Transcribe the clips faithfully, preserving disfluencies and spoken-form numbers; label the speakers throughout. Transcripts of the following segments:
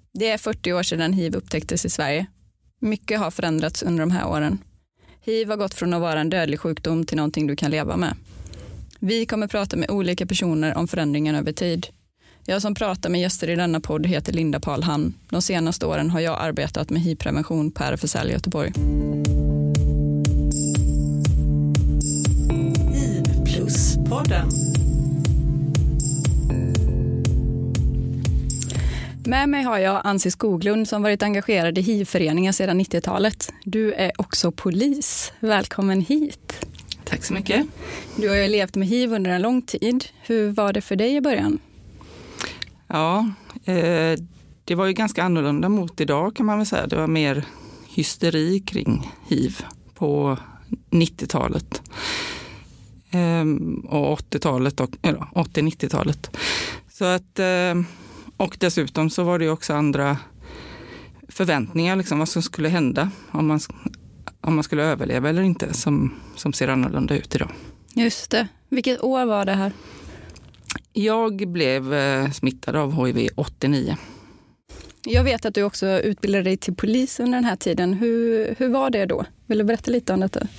Speaker 1: Det är fyrtio år sedan hiv upptäcktes i Sverige. Mycket har förändrats under de här åren. Hiv har gått från att vara en dödlig sjukdom till någonting du kan leva med. Vi kommer prata med olika personer om förändringen över tid. Jag som pratar med gäster i denna podd heter Linda Palhan. De senaste åren har jag arbetat med hiv-prevention på R F S L Göteborg.
Speaker 2: hiv plus-podden.
Speaker 1: Med mig har jag Ansi Skoglund som varit engagerad i hiv-föreningar sedan nittiotalet. Du är också polis. Välkommen hit.
Speaker 3: Tack så mycket.
Speaker 1: Du har ju levt med hiv under en lång tid. Hur var det för dig i början?
Speaker 3: Ja, eh, det var ju ganska annorlunda mot idag kan man väl säga. Det var mer hysteri kring hiv på nittiotalet eh, och åttiotalet och eller åttio-nittiotalet. Så att eh, och dessutom så var det ju också andra förväntningar liksom vad som skulle hända om man om man skulle överleva eller inte som som ser annorlunda ut idag.
Speaker 1: Just det. Vilket år var det här?
Speaker 3: Jag blev eh, smittad av H I V åttionio.
Speaker 1: Jag vet att du också utbildade dig till polis under den här tiden. Hur, hur var det då? Vill du berätta lite om detta?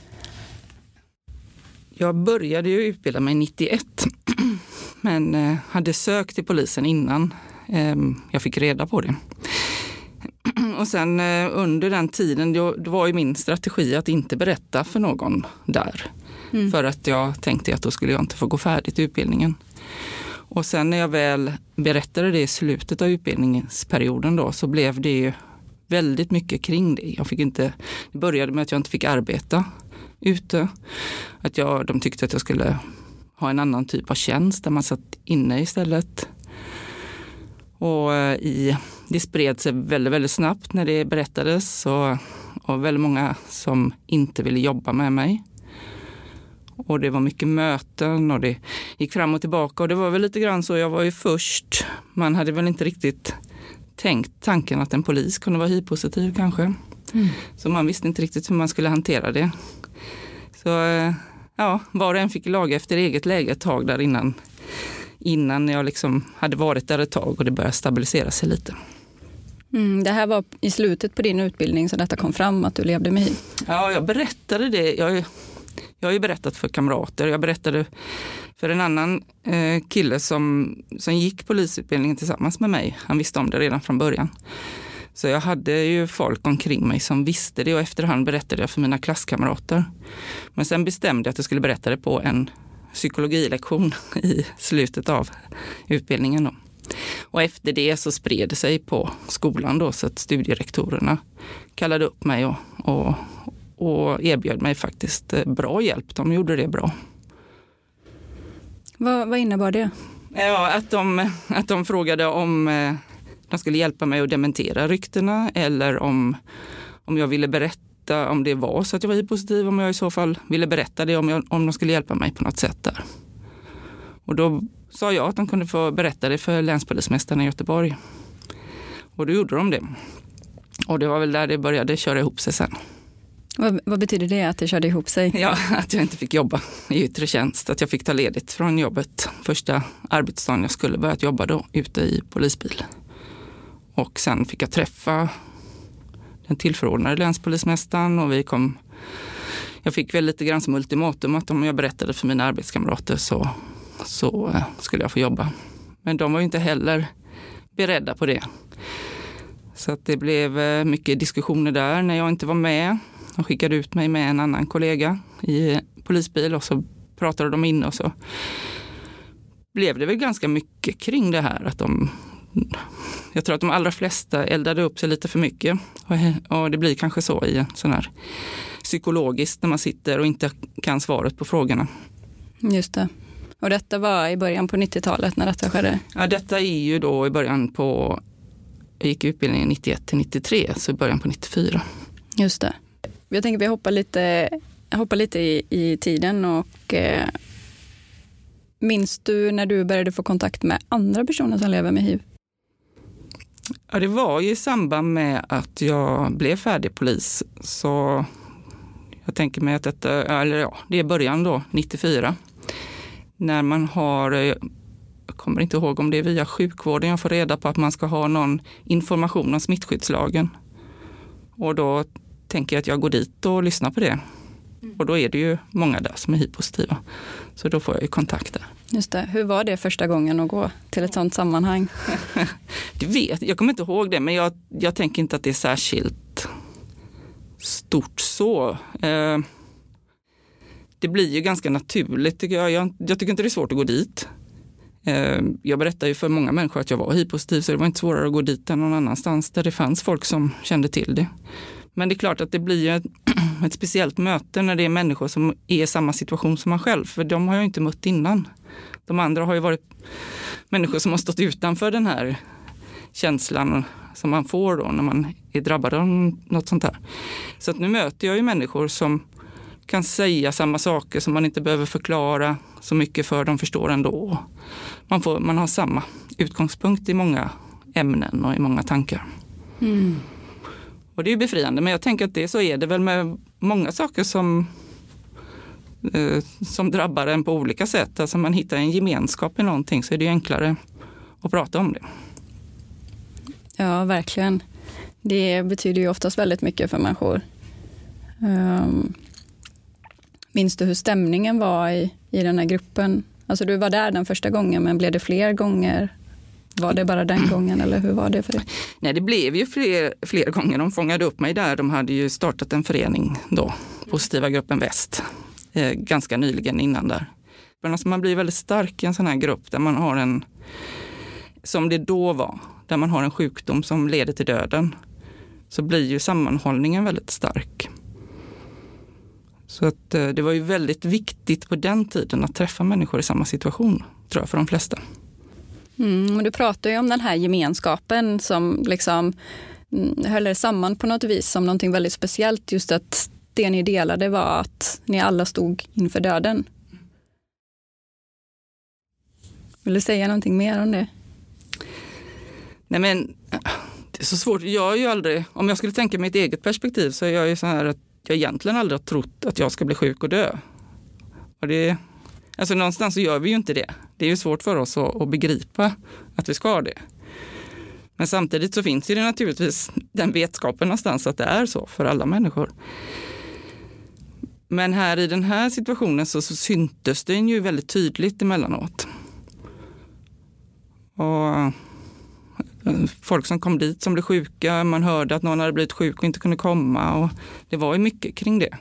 Speaker 3: Jag började ju utbilda mig nittioett men eh, hade sökt till polisen innan eh, jag fick reda på det. Och sen eh, under den tiden då, då var ju min strategi att inte berätta för någon där. Mm. För att jag tänkte att då skulle jag inte få gå färdigt utbildningen. Och sen när jag väl berättade det i slutet av utbildningsperioden då så blev det ju väldigt mycket kring det. Jag fick inte, det började med att jag inte fick arbeta ute. Att jag, de tyckte att jag skulle ha en annan typ av tjänst där man satt inne istället. Och i, det spred sig väldigt, väldigt snabbt när det berättades och, och väldigt många som inte ville jobba med mig. Och det var mycket möten och det gick fram och tillbaka och det var väl lite grann så jag var ju först. Man hade väl inte riktigt tänkt tanken att en polis kunde vara hiv-positiv kanske. Mm. Så man visste inte riktigt hur man skulle hantera det. Så ja, var och en fick laga efter eget läge ett tag där innan, innan jag liksom hade varit där ett tag och det började stabilisera sig lite.
Speaker 1: Mm, det här var i slutet på din utbildning så detta kom fram att du levde med hiv?
Speaker 3: Ja, jag berättade det. Jag Jag har ju berättat för kamrater. Jag berättade för en annan eh, kille som, som gick polisutbildningen tillsammans med mig. Han visste om det redan från början. Så jag hade ju folk omkring mig som visste det och efterhand berättade jag för mina klasskamrater. Men sen bestämde jag att jag skulle berätta det på en psykologilektion i slutet av utbildningen då. Och efter det så spred det sig på skolan då så att studierektorerna kallade upp mig och, och och erbjöd mig faktiskt bra hjälp. De gjorde det bra.
Speaker 1: Vad, vad innebar det?
Speaker 3: Ja, att de, att de frågade om de skulle hjälpa mig att dementera ryktena eller om, om jag ville berätta om det var så att jag var hiv-positiv, om jag i så fall ville berätta det om, jag, om de skulle hjälpa mig på något sätt där. Och då sa jag att de kunde få berätta det för länspolismästaren i Göteborg. Och då gjorde de det. Och det var väl där det började köra ihop sig sen.
Speaker 1: Vad, vad betyder det att det körde ihop sig?
Speaker 3: Ja, att jag inte fick jobba i yttre tjänst. Att jag fick ta ledigt från jobbet första arbetsdagen jag skulle börja jobba då ute i polisbil. Och sen fick jag träffa den tillförordnade länspolismästaren och vi kom... Jag fick väl lite grann som ultimatum att om jag berättade för mina arbetskamrater så, så skulle jag få jobba. Men de var ju inte heller beredda på det. Så att det blev mycket diskussioner där när jag inte var med. De skickade ut mig med en annan kollega i polisbil och så pratade de in och så blev det väl ganska mycket kring det här. Att de, jag tror att de allra flesta eldade upp sig lite för mycket och, och det blir kanske så i en sån här psykologiskt när man sitter och inte kan svaret på frågorna.
Speaker 1: Just det. Och detta var i början på nittiotalet när detta skedde?
Speaker 3: Ja, detta är ju då i början på, jag gick utbildningen nittioett till nittiotre så i början på nittiofyra.
Speaker 1: Just det. Jag tänker att vi hoppar lite, hoppar lite i, i tiden och eh, minns du när du började få kontakt med andra personer som lever med hiv?
Speaker 3: Ja, det var ju i samband med att jag blev färdig polis så jag tänker mig att detta, eller ja, det är början då, nittiofyra. När man har jag kommer inte ihåg om det är via sjukvården jag får reda på att man ska ha någon information om smittskyddslagen. Och då tänker jag att jag går dit och lyssnar på det. Mm. Och då är det ju många där som är hiv-positiva. Så då får jag ju kontakt där.
Speaker 1: Just det. Hur var det första gången att gå till ett sådant sammanhang?
Speaker 3: Det vet jag. kommer inte ihåg det, men jag, jag tänker inte att det är särskilt stort så. Eh, det blir ju ganska naturligt tycker jag. jag. Jag tycker inte det är svårt att gå dit. Eh, jag berättade ju för många människor att jag var hiv-positiv, så det var inte svårare att gå dit än någon annanstans där det fanns folk som kände till det. Men det är klart att det blir ett, ett speciellt möte när det är människor som är i samma situation som man själv. För de har jag inte mött innan. De andra har ju varit människor som har stått utanför den här känslan som man får då när man är drabbad av något sånt här. Så att nu möter jag ju människor som kan säga samma saker som man inte behöver förklara så mycket för, de förstår ändå. Man, får, man har samma utgångspunkt i många ämnen och i många tankar.
Speaker 1: Mm.
Speaker 3: Och det är ju befriande, men jag tänker att det så är det väl med många saker som, eh, som drabbar en på olika sätt. Alltså man hittar en gemenskap i någonting så är det enklare att prata om det.
Speaker 1: Ja, verkligen. Det betyder ju oftast väldigt mycket för människor. Um, minns du hur stämningen var i, i den här gruppen? Alltså du var där den första gången, men blev det fler gånger? Var det bara den gången eller hur var det för dig?
Speaker 3: Nej, det blev ju fler, fler gånger. De fångade upp mig där. De hade ju startat en förening då, Positiva gruppen Väst, eh, ganska nyligen innan där. Men alltså man blir väldigt stark i en sån här grupp där man har en, som det då var, där man har en sjukdom som leder till döden. Så blir ju sammanhållningen väldigt stark. Så att eh, det var ju väldigt viktigt på den tiden att träffa människor i samma situation, tror jag, för de flesta.
Speaker 1: Mm, men du pratar ju om den här gemenskapen som liksom höll er samman på något vis som någonting väldigt speciellt. Just att det ni delade var att ni alla stod inför döden. Vill du säga någonting mer om det?
Speaker 3: Nej, men det är så svårt. Jag är ju aldrig, om jag skulle tänka mig ett eget perspektiv så är jag ju så här att jag egentligen aldrig har trott att jag ska bli sjuk och dö. Och det, alltså någonstans så gör vi ju inte det. Det är ju svårt för oss att, att begripa att vi ska det. Men samtidigt så finns ju det naturligtvis den vetskapen någonstans att det är så för alla människor. Men här i den här situationen så, så syntes det ju väldigt tydligt emellanåt. Och folk som kom dit som blev sjuka, man hörde att någon hade blivit sjuk och inte kunde komma. Och det var ju mycket kring det.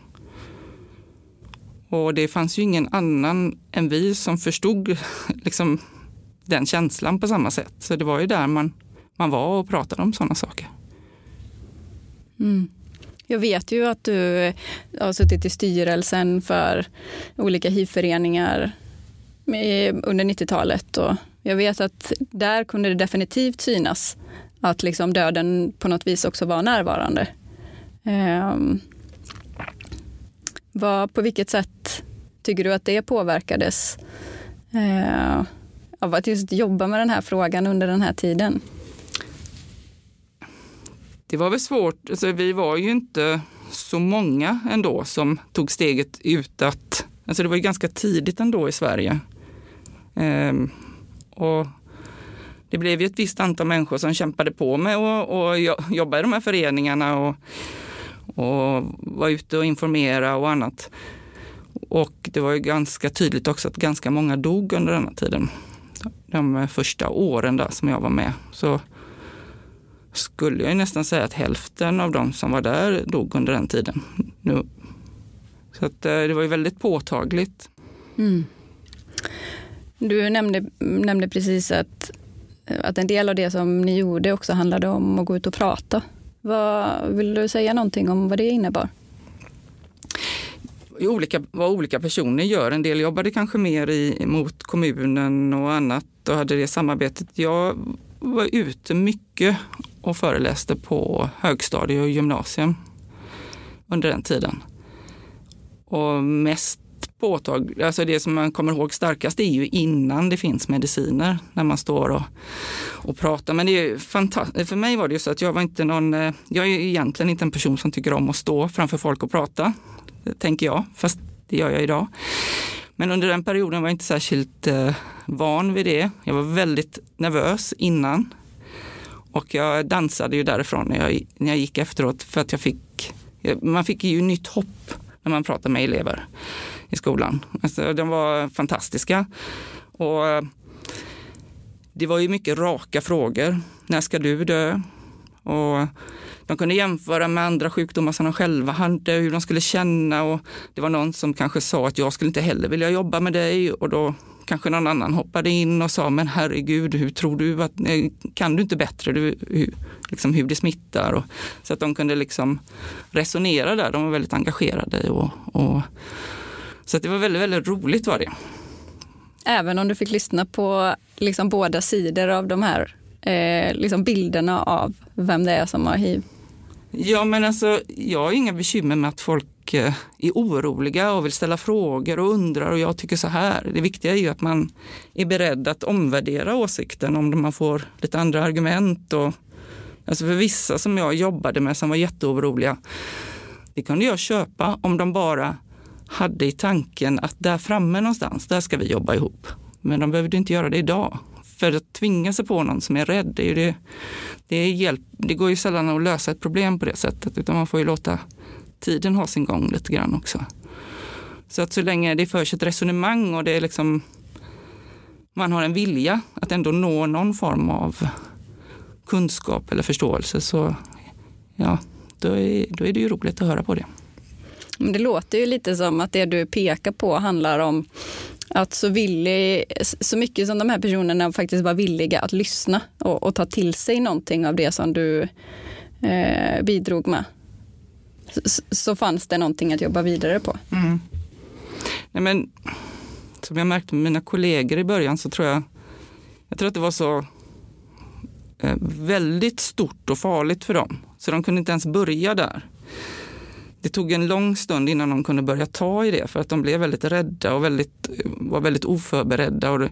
Speaker 3: Och det fanns ju ingen annan än vi som förstod liksom, den känslan på samma sätt. Så det var ju där man, man var och pratade om sådana saker.
Speaker 1: Mm. Jag vet ju att du har suttit i styrelsen för olika hiv-föreningar under nittiotalet. Och jag vet att där kunde det definitivt synas att liksom döden på något vis också var närvarande. Um, vad, på vilket sätt tycker du att det påverkades uh, av att just jobba med den här frågan under den här tiden?
Speaker 3: Det var väl svårt. Alltså, vi var ju inte så många ändå som tog steget ut att... Alltså det var ju ganska tidigt ändå i Sverige. Um, och det blev ju ett visst antal människor som kämpade på med och, och jobba i de här föreningarna och, och var ute och informera och annat. Och det var ju ganska tydligt också att ganska många dog under den här tiden. De första åren där som jag var med. Så skulle jag nästan säga att hälften av de som var där dog under den tiden. Nu. Så att det var ju väldigt påtagligt.
Speaker 1: Mm. Du nämnde, nämnde precis att, att en del av det som ni gjorde också handlade om att gå ut och prata. Vad, vill du säga någonting om vad det innebar?
Speaker 3: Olika, vad olika personer gör. En del jobbade kanske mer i, mot kommunen och annat och hade det samarbetet. Jag var ute mycket och föreläste på högstadie och gymnasium under den tiden. Och mest påtagligt, alltså det som man kommer ihåg starkast är ju innan det finns mediciner när man står och, och pratar. Men det är ju fantastiskt. För mig var det ju så att jag var inte någon, jag är egentligen inte en person som tycker om att stå framför folk och prata, tänker jag, fast det gör jag idag. Men under den perioden var jag inte särskilt eh, van vid det. Jag var väldigt nervös innan. Och jag dansade ju därifrån när jag, när jag gick efteråt för att jag fick, man fick ju nytt hopp när man pratar med elever i skolan. Alltså, de var fantastiska. Och det var ju mycket raka frågor. När ska du dö? Och de kunde jämföra med andra sjukdomar som de själva hade, hur de skulle känna. Och det var någon som kanske sa att jag skulle inte heller vilja jobba med dig. Och då kanske någon annan hoppade in och sa, men herregud, hur tror du att, kan du inte bättre du, hur, liksom hur det smittar? Och, så att de kunde liksom resonera där, de var väldigt engagerade. Och, och, så att det var väldigt, väldigt roligt var det.
Speaker 1: Även om du fick lyssna på liksom båda sidor av de här eh, liksom bilderna av vem det är som har hiv?
Speaker 3: Ja, men alltså, jag har inga bekymmer med att folk eh, är oroliga och vill ställa frågor och undrar, och jag tycker så här. Det viktiga är ju att man är beredd att omvärdera åsikten om man får lite andra argument. Och, alltså för vissa som jag jobbade med som var jätteoroliga, det kunde jag köpa om de bara hade i tanken att där framme någonstans, där ska vi jobba ihop. Men de behövde inte göra det idag. För att tvinga sig på någon som är rädd, det, är ju det, det, är hjälp, det går ju sällan att lösa ett problem på det sättet. Utan man får ju låta tiden ha sin gång lite grann också. Så att så länge det förs ett resonemang och det är liksom, man har en vilja att ändå nå någon form av kunskap eller förståelse, så ja, då är, då är det ju roligt att höra på det.
Speaker 1: Men det låter ju lite som att det du pekar på handlar om att så, villig, så mycket som de här personerna faktiskt var villiga att lyssna och, och ta till sig någonting av det som du eh, bidrog med. Så, så fanns det någonting att jobba vidare på.
Speaker 3: Mm. Nej, men som jag märkte med mina kollegor i början, så tror jag jag tror att det var så eh, väldigt stort och farligt för dem. Så de kunde inte ens börja där. Det tog en lång stund innan de kunde börja ta i det, för att de blev väldigt rädda och väldigt, var väldigt oförberedda. Och det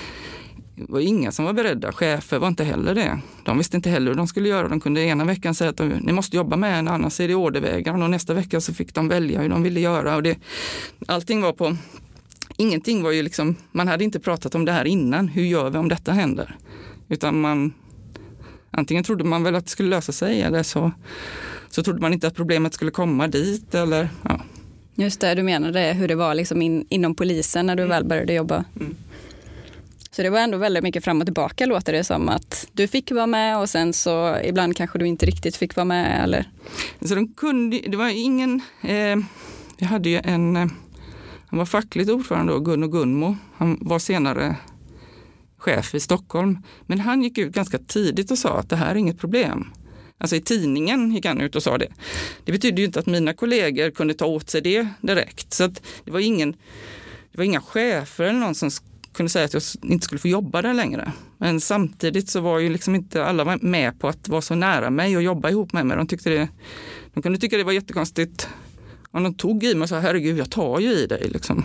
Speaker 3: var inga som var beredda. Chefer var inte heller det. De visste inte heller hur de skulle göra. De kunde ena veckan säga att de, ni måste jobba med en, annars är det ordervägran. Och nästa vecka så fick de välja hur de ville göra. Och det, allting var på... Ingenting var ju liksom... Man hade inte pratat om det här innan. Hur gör vi om detta händer? Utan man... Antingen trodde man väl att det skulle lösa sig, eller så... Så trodde man inte att problemet skulle komma dit. Eller, ja.
Speaker 1: Just det, du menade hur det var liksom in, inom polisen när du mm. väl började jobba. Mm. Så det var ändå väldigt mycket fram och tillbaka, låter det som. Att du fick vara med och sen så ibland kanske du inte riktigt fick vara med. Eller?
Speaker 3: Så de kunde, det var ingen... Eh, vi hade ju en... Eh, han var fackligt ordförande då, Gunno Gunmo. Han var senare chef i Stockholm. Men han gick ut ganska tidigt och sa att det här är inget problem. Alltså i tidningen gick han ut och sa det. Det betyder ju inte att mina kollegor kunde ta åt sig det direkt. Så att det var ingen, det var inga chefer eller någon som kunde säga att jag inte skulle få jobba där längre. Men samtidigt så var ju liksom inte alla med på att vara så nära mig och jobba ihop med mig. De tyckte det, de kunde tycka det var jättekonstigt om de tog i mig och sa, herregud, jag tar ju i dig liksom.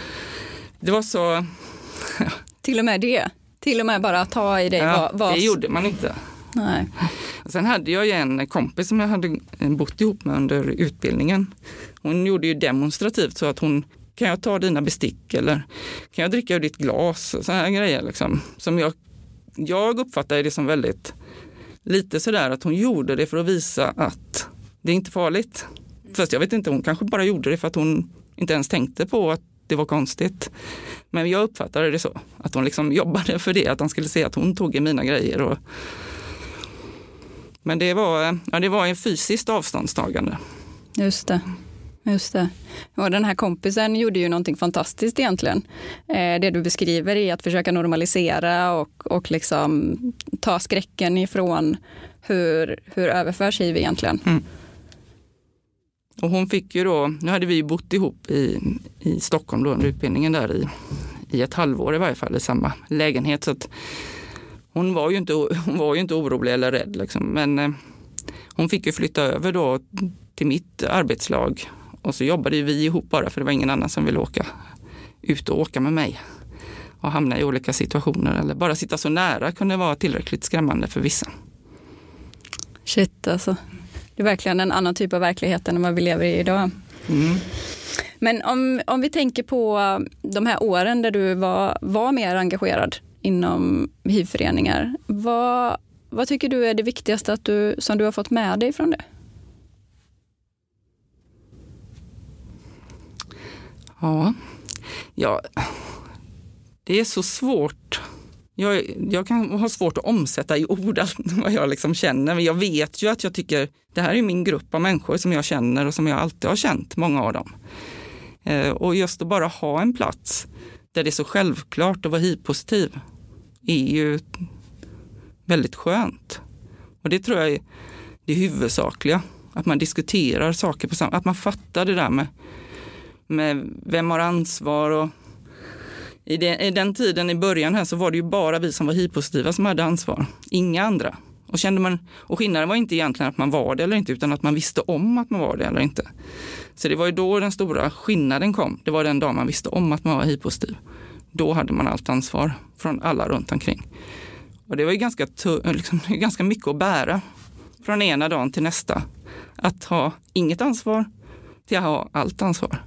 Speaker 3: Det var så...
Speaker 1: Till och med det? Till och med bara att ta i dig?
Speaker 3: Ja,
Speaker 1: var, var...
Speaker 3: det gjorde man inte.
Speaker 1: Nej.
Speaker 3: Sen hade jag ju en kompis som jag hade bott ihop med under utbildningen. Hon gjorde ju demonstrativt så att hon, kan jag ta dina bestick eller kan jag dricka ur ditt glas? Så här grejer liksom. Som jag, jag uppfattade det som väldigt lite sådär att hon gjorde det för att visa att det är inte farligt. Fast jag vet inte, hon kanske bara gjorde det för att hon inte ens tänkte på att det var konstigt. Men jag uppfattade det så. Att hon liksom jobbade för det, att de skulle se att hon tog i mina grejer och... Men det var, ja, det var en fysiskt avståndstagande.
Speaker 1: Just det. Just det. Och den här kompisen gjorde ju någonting fantastiskt egentligen. Eh, det du beskriver är att försöka normalisera och, och liksom ta skräcken ifrån hur, hur överförs hiv egentligen. Mm.
Speaker 3: Och hon fick ju då, nu hade vi ju bott ihop i, i Stockholm då under utbildningen där i, i ett halvår i varje fall i samma lägenhet, så att Hon var ju inte, hon var ju inte orolig eller rädd liksom. Men eh, hon fick ju flytta över då till mitt arbetslag. Och så jobbade vi ihop bara, för det var ingen annan som ville åka ut och åka med mig. Och hamna i olika situationer. Eller bara sitta så nära kunde vara tillräckligt skrämmande för vissa.
Speaker 1: Shit alltså. Det är verkligen en annan typ av verklighet än vad vi lever i idag. Mm. Men om, om vi tänker på de här åren där du var, var mer engagerad inom H I V-föreningar, vad, vad tycker du är det viktigaste att du, som du har fått med dig från det?
Speaker 3: Ja, ja det är så svårt. Jag, jag kan ha svårt att omsätta i ord allt vad jag liksom känner. Men jag vet ju att jag tycker, det här är min grupp av människor som jag känner och som jag alltid har känt, många av dem. Eh, och just att bara ha en plats där det är så självklart att vara H I V-positiv är ju väldigt skönt. Och det tror jag är det huvudsakliga. Att man diskuterar saker på samma, att man fattar det där med, med vem har ansvar. Och i, det, i den tiden i början här så var det ju bara vi som var H I V-positiva som hade ansvar. Inga andra. Och, kände man, och skillnaden var inte egentligen att man var det eller inte, utan att man visste om att man var det eller inte. Så det var ju då den stora skillnaden kom. Det var den dag man visste om att man var H I V-positiv. Då hade man allt ansvar från alla runt omkring. Och det var ju ganska, liksom, ganska mycket att bära från ena dagen till nästa. Att ha inget ansvar till att ha allt ansvar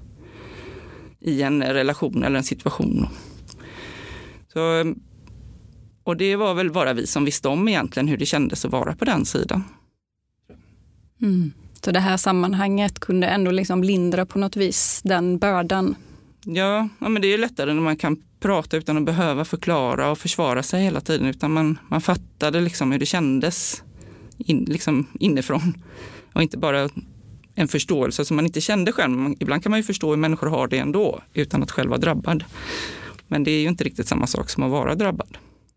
Speaker 3: i en relation eller en situation. Så, och det var väl bara vi som visste om egentligen hur det kändes att vara på den sidan.
Speaker 1: Mm. Så det här sammanhanget kunde ändå liksom lindra på något vis den bördan?
Speaker 3: Ja, ja men det är lättare när man kan prata utan att behöva förklara och försvara sig hela tiden. Utan man, man fattade liksom hur det kändes in, liksom inifrån. Och inte bara en förståelse som man inte kände själv. Ibland kan man ju förstå hur människor har det ändå utan att själv vara drabbad. Men det är ju inte riktigt samma sak som att vara drabbad.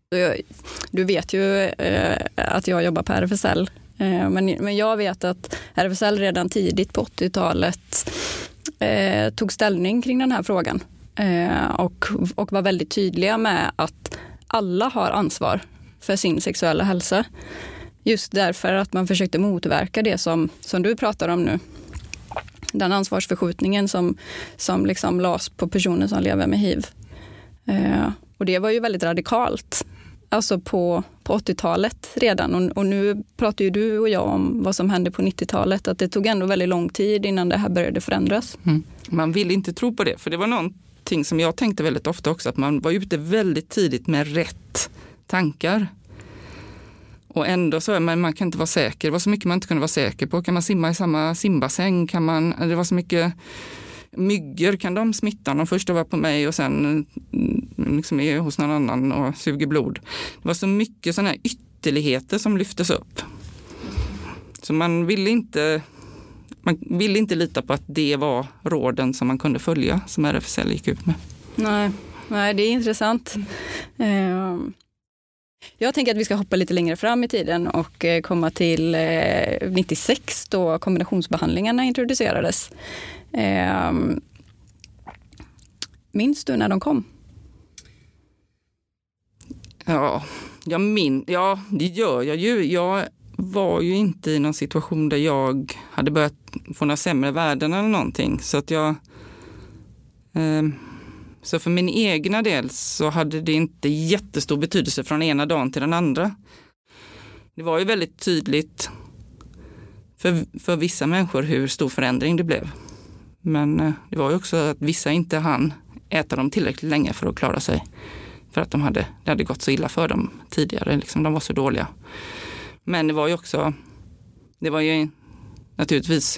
Speaker 1: Du vet ju eh, att jag jobbar på R F S L. Eh, men, men jag vet att R F S L redan tidigt på åttiotalet eh, tog ställning kring den här frågan. Eh, och, och var väldigt tydliga med att alla har ansvar för sin sexuella hälsa. Just därför att man försökte motverka det som, som du pratar om nu. Den ansvarsförskjutningen som, som liksom las på personer som lever med H I V. Eh, och det var ju väldigt radikalt. Alltså på, på åttiotalet redan. Och, och nu pratar ju du och jag om vad som hände på nittiotalet. Att det tog ändå väldigt lång tid innan det här började förändras.
Speaker 3: Mm. Man vill inte tro på det. För det var någonting som jag tänkte väldigt ofta också. Att man var ute väldigt tidigt med rätt tankar. Och ändå så är man, man kan inte vara säker. Det var så mycket man inte kunde vara säker på. Kan man simma i samma simbassäng? Kan man, det var så mycket myggor. Kan de smitta? De första var på mig och sen liksom är hos någon annan och suger blod. Det var så mycket sådana här ytterligheter som lyftes upp. Så man ville inte, man ville inte lita på att det var råden som man kunde följa som R F S L gick ut med.
Speaker 1: Nej, nej det är intressant. Um. Jag tänker att vi ska hoppa lite längre fram i tiden och komma till nittiosex då kombinationsbehandlingarna introducerades. Minns du när de kom?
Speaker 3: Ja, jag min, ja, det gör jag ju. Jag var ju inte i någon situation där jag hade börjat få några sämre värden eller någonting. Så att jag... Eh, Så för min egna del så hade det inte jättestor betydelse från ena dagen till den andra. Det var ju väldigt tydligt för, för vissa människor hur stor förändring det blev. Men det var ju också att vissa inte hann äta dem tillräckligt länge för att klara sig. För att de hade, det hade gått så illa för dem tidigare. Liksom, de var så dåliga. Men det var ju också, det var ju naturligtvis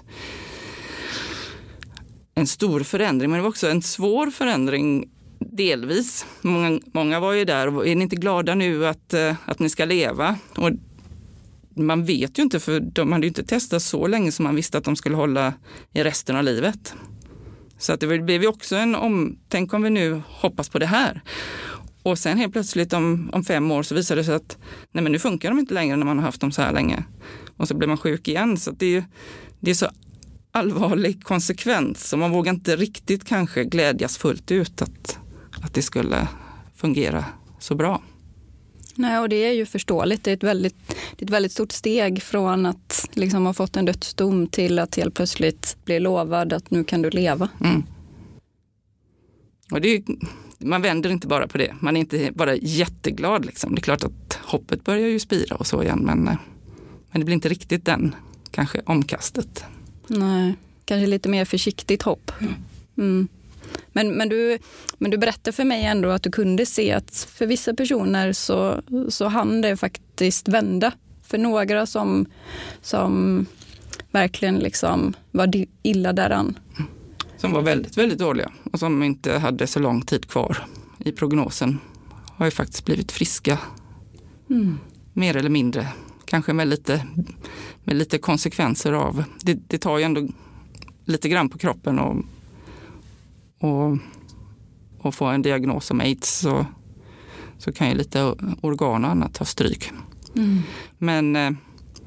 Speaker 3: en stor förändring, men det var också en svår förändring delvis. Många, många var ju där och är ni inte glada nu att, att ni ska leva? Och man vet ju inte, för de hade ju inte testat så länge som man visste att de skulle hålla i resten av livet. Så att det blev ju också en om, tänk om vi nu hoppas på det här. Och sen helt plötsligt om, om fem år så visade det sig att nej men nu funkar de inte längre när man har haft dem så här länge. Och så blir man sjuk igen. Så att det är ju det är så allvarlig konsekvens. Och man vågar inte riktigt kanske glädjas fullt ut att, att det skulle fungera så bra.
Speaker 1: Nej, och det är ju förståeligt. Det är ett väldigt, det är ett väldigt stort steg från att liksom ha fått en dödsdom till att helt plötsligt bli lovad att nu kan du leva.
Speaker 3: Mm. Och det är, man vänder inte bara på det. Man är inte bara jätteglad. Liksom. Det är klart att hoppet börjar ju spira och så igen. Men, men det blir inte riktigt den kanske omkastet.
Speaker 1: Nej. kanske lite mer försiktigt hopp. Mm. Men, men, du, men du berättade för mig ändå att du kunde se att för vissa personer så, så hann det faktiskt vända. För några som, som verkligen liksom var illa däran.
Speaker 3: Som var väldigt, väldigt dåliga och som inte hade så lång tid kvar i prognosen har ju faktiskt blivit friska. Mm. Mer eller mindre. Kanske med lite, med lite konsekvenser av. Det, det tar ju ändå lite grann på kroppen och, och, och få en diagnos som aids så, så kan ju lite organ och annat ta stryk. Mm. Men, eh,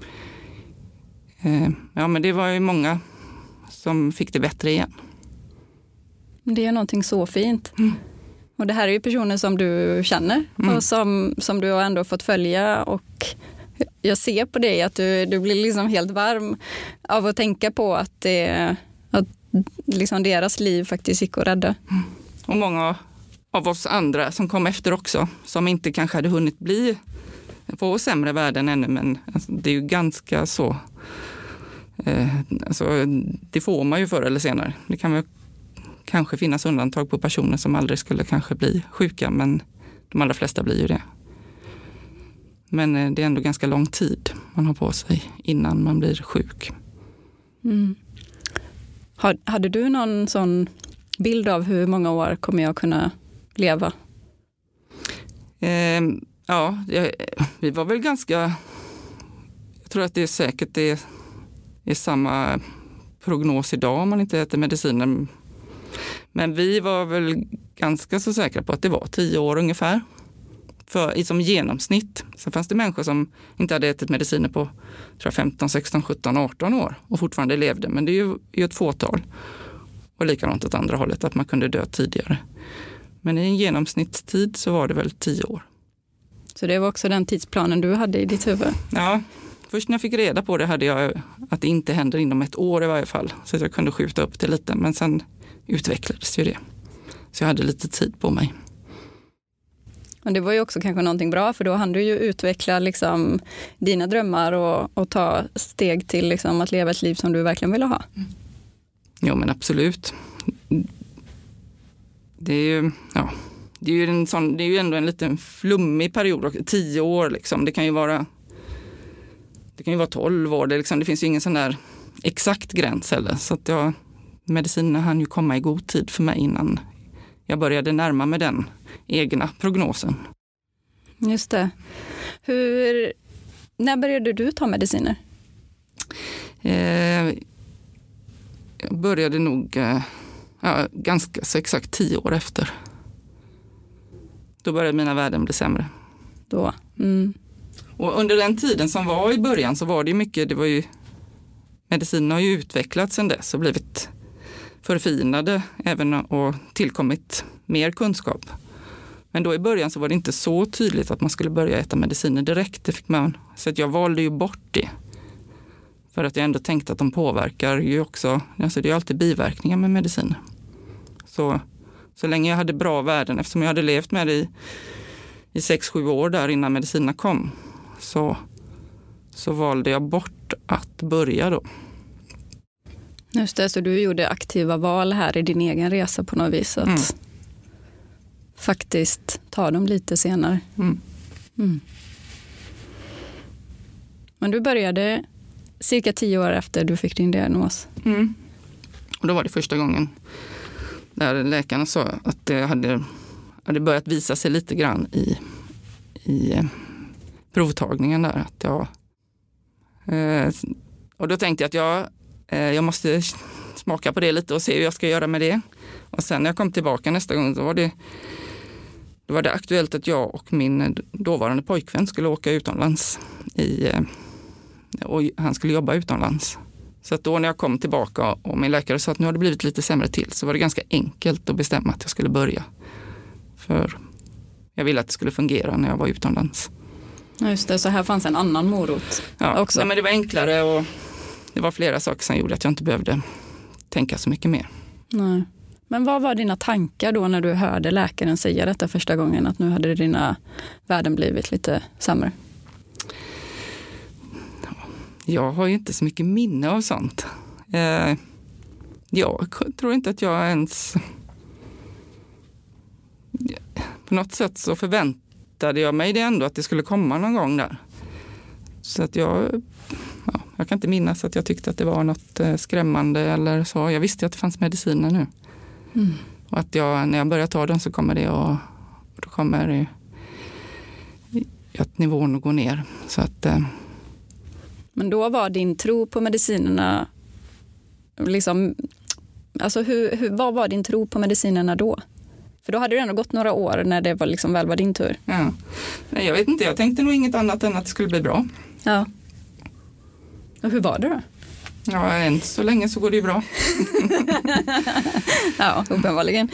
Speaker 3: ja, men det var ju många som fick det bättre igen.
Speaker 1: Det är någonting så fint. Mm. Och det här är ju personer som du känner mm. och som, som du har ändå fått följa, och jag ser på dig att du, du blir liksom helt varm av att tänka på att, det, att liksom deras liv faktiskt gick att rädda. Mm.
Speaker 3: Och många av oss andra som kom efter också, som inte kanske hade hunnit bli få sämre värden ännu, men alltså, det är ju ganska så eh, alltså, det får man ju förr eller senare. Det kan väl kanske finnas undantag på personer som aldrig skulle kanske bli sjuka, men de allra flesta blir ju det. Men eh, det är ändå ganska lång tid man har på sig innan man blir sjuk.
Speaker 1: Mm. Har, hade du någon sån bild av hur många år kommer jag kunna leva?
Speaker 3: Eh, ja, jag, vi var väl ganska... Jag tror att det är säkert det är, är samma prognos idag om man inte äter mediciner. Men vi var väl ganska så säkra på att det var tio år ungefär. För, som genomsnitt. Så fanns det människor som inte hade ätit mediciner på tror jag, femton, sexton, sjutton, arton år och fortfarande levde. Men det är ju, ju ett fåtal. Och likadant åt andra hållet, att man kunde dö tidigare. Men i en genomsnittstid så var det väl tio år.
Speaker 1: Så det var också den tidsplanen du hade i ditt huvud?
Speaker 3: Ja, först när jag fick reda på det hade jag att det inte händer inom ett år i varje fall. Så att jag kunde skjuta upp det lite, men sen utvecklades ju det. Så jag hade lite tid på mig.
Speaker 1: Och det var ju också kanske någonting bra, för då hann du ju utveckla liksom dina drömmar och, och ta steg till liksom att leva ett liv som du verkligen ville ha. Mm.
Speaker 3: Jo, men absolut. Det är ju, ja, det är ju, en sån, det är ju ändå en liten flummig period, tio år liksom. Det kan ju vara, det kan ju vara tolv år, det, liksom, det finns ju ingen sån där exakt gräns heller. Så att jag, medicinerna hann ju komma i god tid för mig innan jag började närma mig den egna prognosen.
Speaker 1: Just det. Hur, när började du ta mediciner?
Speaker 3: Eh, jag började nog eh, ja, ganska så exakt tio år efter. Då började mina värden bli sämre.
Speaker 1: Då? Mm.
Speaker 3: Och under den tiden som var i början så var det ju mycket, det var ju, medicinen har ju utvecklats sedan dess och blivit förfinade även och tillkommit mer kunskap. Men då i början så var det inte så tydligt att man skulle börja äta mediciner direkt. Det fick man. Så att jag valde ju bort det. För att jag ändå tänkte att de påverkar ju också, alltså det är alltid biverkningar med mediciner. Så, så länge jag hade bra värden, eftersom jag hade levt med det i, i sex, sju år där innan medicinerna kom, så, så valde jag bort att börja då.
Speaker 1: Just det, så du gjorde aktiva val här i din egen resa på något vis att mm. faktiskt ta dem lite senare. Mm. Mm. Men du började cirka tio år efter du fick din diagnos.
Speaker 3: Mm. Och då var det första gången där läkarna sa att det hade, hade börjat visa sig lite grann i, i provtagningen där. Att jag, eh, och då tänkte jag att jag Jag måste smaka på det lite och se hur jag ska göra med det. Och sen när jag kom tillbaka nästa gång så var det, då var det aktuellt att jag och min dåvarande pojkvän skulle åka utomlands. I, och han skulle jobba utomlands. Så att då när jag kom tillbaka och min läkare sa att nu har det blivit lite sämre till, så var det ganska enkelt att bestämma att jag skulle börja. För jag ville att det skulle fungera när jag var utomlands.
Speaker 1: Ja, just det, så här fanns en annan morot
Speaker 3: ja,
Speaker 1: också.
Speaker 3: Ja, men det var enklare och det var flera saker som gjorde att jag inte behövde tänka så mycket mer.
Speaker 1: Nej. Men vad var dina tankar då när du hörde läkaren säga detta första gången, att nu hade dina värden blivit lite sämre?
Speaker 3: Jag har ju inte så mycket minne av sånt. Eh, Jag tror inte att jag ens... På något sätt så förväntade jag mig det ändå att det skulle komma någon gång där. Så att jag... Ja, jag kan inte minnas att jag tyckte att det var något skrämmande eller så. Jag visste att det fanns mediciner nu. Mm. Och att jag, när jag börjar ta den så kommer det och, och då kommer det, att nivån att gå ner. Så att, eh.
Speaker 1: Men då var din tro på medicinerna liksom, alltså hur, hur, vad var din tro på medicinerna då? För då hade det ändå gått några år när det var liksom väl var din tur.
Speaker 3: Ja. Nej, jag vet inte, jag tänkte nog inget annat än att det skulle bli bra.
Speaker 1: Ja. Och hur var det då?
Speaker 3: Ja, än så länge så går det ju bra.
Speaker 1: Ja, uppenbarligen.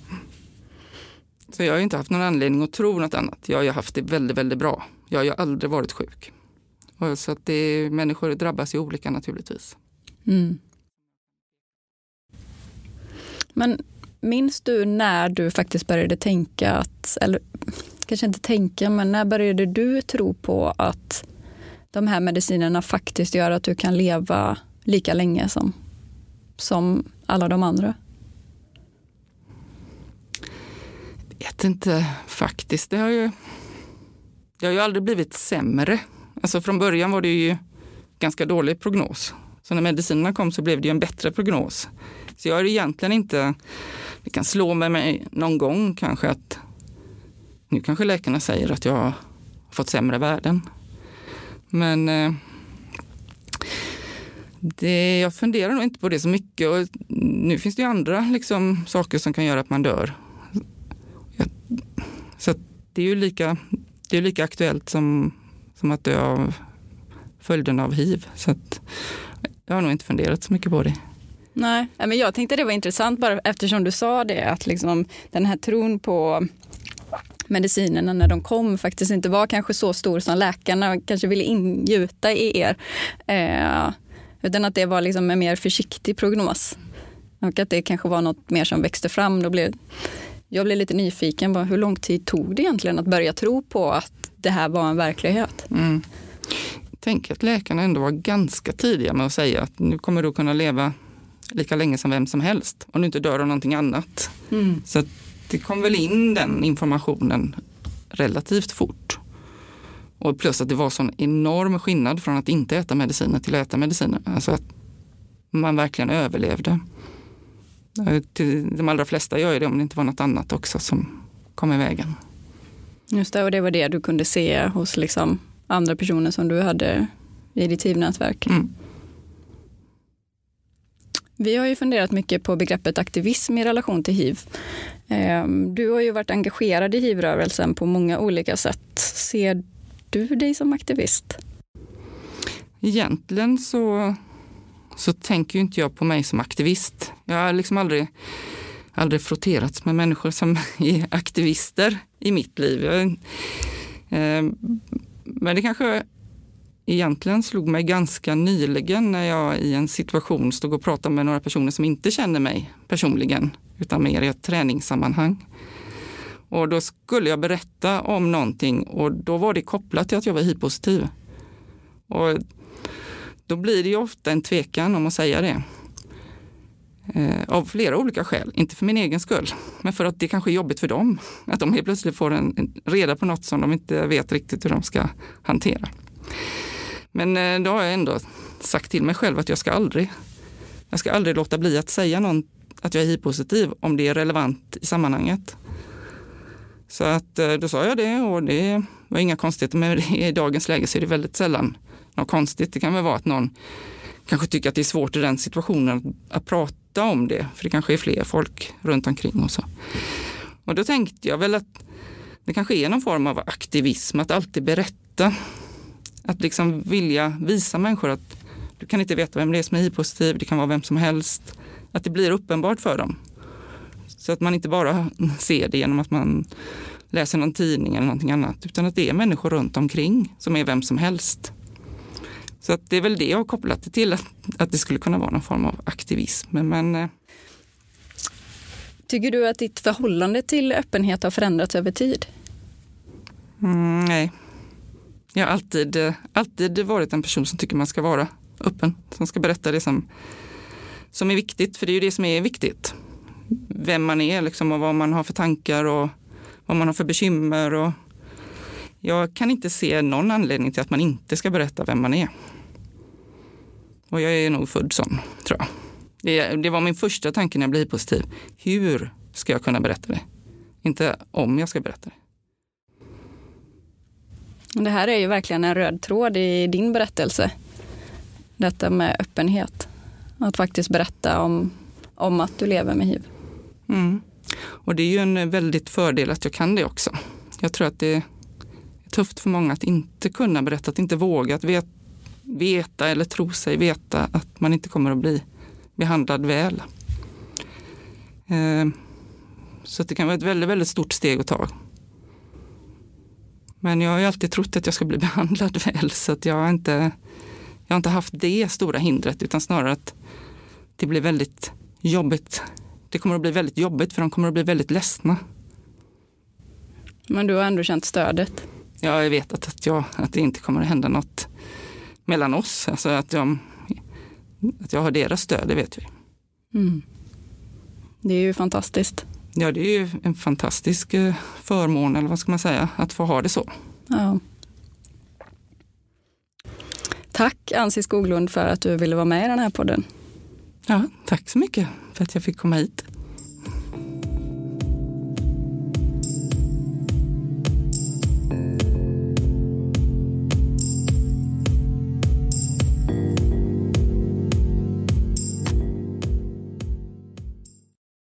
Speaker 3: Så jag har ju inte haft någon anledning att tro något annat. Jag har ju haft det väldigt, väldigt bra. Jag har ju aldrig varit sjuk. Och så att det, människor drabbas ju olika naturligtvis.
Speaker 1: Mm. Men minns du när du faktiskt började tänka att, eller kanske inte tänka, men när började du tro på att de här medicinerna faktiskt gör att du kan leva lika länge som, som alla de andra?
Speaker 3: Jag vet inte faktiskt. Det har ju, det har ju aldrig blivit sämre. Alltså från början var det ju ganska dålig prognos. Så när medicinerna kom så blev det ju en bättre prognos. Så jag är egentligen inte, det kan slå med mig någon gång kanske att nu kanske läkarna säger att jag har fått sämre värden. Men eh, det, jag funderar nog inte på det så mycket. Och nu finns det ju andra liksom, saker som kan göra att man dör. Jag, så att det är ju lika, det är lika aktuellt som, som att dö av följden av hiv. Så att jag har nog inte funderat så mycket på det.
Speaker 1: Nej, men jag tänkte det var intressant bara eftersom du sa det. Att liksom den här tron på medicinerna när de kom faktiskt inte var kanske så stor som läkarna kanske ville ingjuta i er. Eh, utan att det var liksom en mer försiktig prognos. Och att det kanske var något mer som växte fram. Då blev, jag blev lite nyfiken på hur lång tid tog det egentligen att börja tro på att det här var en verklighet.
Speaker 3: Mm. Tänk att läkarna ändå var ganska tidiga med att säga att nu kommer du kunna leva lika länge som vem som helst om du inte dör av någonting annat. Mm. Så att det kom väl in den informationen relativt fort. Och plus att det var sån enorm skillnad från att inte äta mediciner till att äta mediciner. Alltså att man verkligen överlevde. De allra flesta gör det om det inte var något annat också som kom i vägen.
Speaker 1: Just det, och det var det du kunde se hos liksom andra personer som du hade i ditt hivnätverk. Mm. Vi har ju funderat mycket på begreppet aktivism i relation till hiv. Du har ju varit engagerad i hivrörelsen på många olika sätt. Ser du dig som aktivist?
Speaker 3: Egentligen så, så tänker ju inte jag på mig som aktivist. Jag har liksom aldrig, aldrig frotterats med människor som är aktivister i mitt liv. Jag, eh, men det kanske egentligen slog mig ganska nyligen när jag i en situation stod och pratade med några personer som inte känner mig personligen utan mer i ett träningssammanhang. Och då skulle jag berätta om någonting och då var det kopplat till att jag var hiv-positiv. Och då blir det ju ofta en tvekan om att säga det. Eh, av flera olika skäl. Inte för min egen skull, men för att det kanske är jobbigt för dem. Att de helt plötsligt får en, en reda på något som de inte vet riktigt hur de ska hantera. Men eh, då har jag ändå sagt till mig själv att jag ska aldrig, jag ska aldrig låta bli att säga någon, att jag är hiv-positiv om det är relevant i sammanhanget. Så att eh, då sa jag det och det var inga konstigheter, men i dagens läge så är det väldigt sällan något konstigt. Det kan väl vara att någon kanske tycker att det är svårt i den situationen att, att prata om det, för det kanske är fler folk runt omkring och så. Och då tänkte jag väl att det kanske är någon form av aktivism, att alltid berätta. Att liksom vilja visa människor att du kan inte veta vem det är som är hiv-positiv, det kan vara vem som helst. Att det blir uppenbart för dem. Så att man inte bara ser det genom att man läser någon tidning eller någonting annat, utan att det är människor runt omkring som är vem som helst. Så att det är väl det jag har kopplat det till, att, att det skulle kunna vara någon form av aktivism. Men, eh.
Speaker 1: Tycker du att ditt förhållande till öppenhet har förändrats över tid?
Speaker 3: Mm, nej. Jag har alltid, alltid varit en person som tycker man ska vara öppen. Som ska berätta det som, som är viktigt, för det är ju det som är viktigt. Vem man är liksom, och vad man har för tankar och vad man har för bekymmer. Och jag kan inte se någon anledning till att man inte ska berätta vem man är. Och jag är nog född sån, tror jag. Det, det var min första tanke när jag blev hiv-positiv. Hur ska jag kunna berätta det? Inte om jag ska berätta det.
Speaker 1: Det här är ju verkligen en röd tråd i din berättelse. Detta med öppenhet. Att faktiskt berätta om, om att du lever med hiv.
Speaker 3: Mm. Och det är ju en väldigt fördel att jag kan det också. Jag tror att det är tufft för många att inte kunna berätta, att inte våga, att vet, veta eller tro sig veta att man inte kommer att bli behandlad väl. Eh, så det kan vara ett väldigt, väldigt stort steg att ta. Men jag har ju alltid trott att jag ska bli behandlad väl, så att jag har inte, jag har inte haft det stora hindret, utan snarare att det blir väldigt jobbigt. Det kommer att bli väldigt jobbigt, för de kommer att bli väldigt ledsna.
Speaker 1: Men du har ändå känt stödet?
Speaker 3: Ja, jag vet att, att, jag, att det inte kommer att hända något mellan oss. Alltså att jag, att jag har deras stöd, det vet jag.
Speaker 1: Mm. Det är ju fantastiskt.
Speaker 3: Ja, det är ju en fantastisk förmån, eller vad ska man säga, att få ha det så.
Speaker 1: Ja. Tack Ansi Skoglund för att du ville vara med i den här podden.
Speaker 3: Ja, tack så mycket för att jag fick komma hit.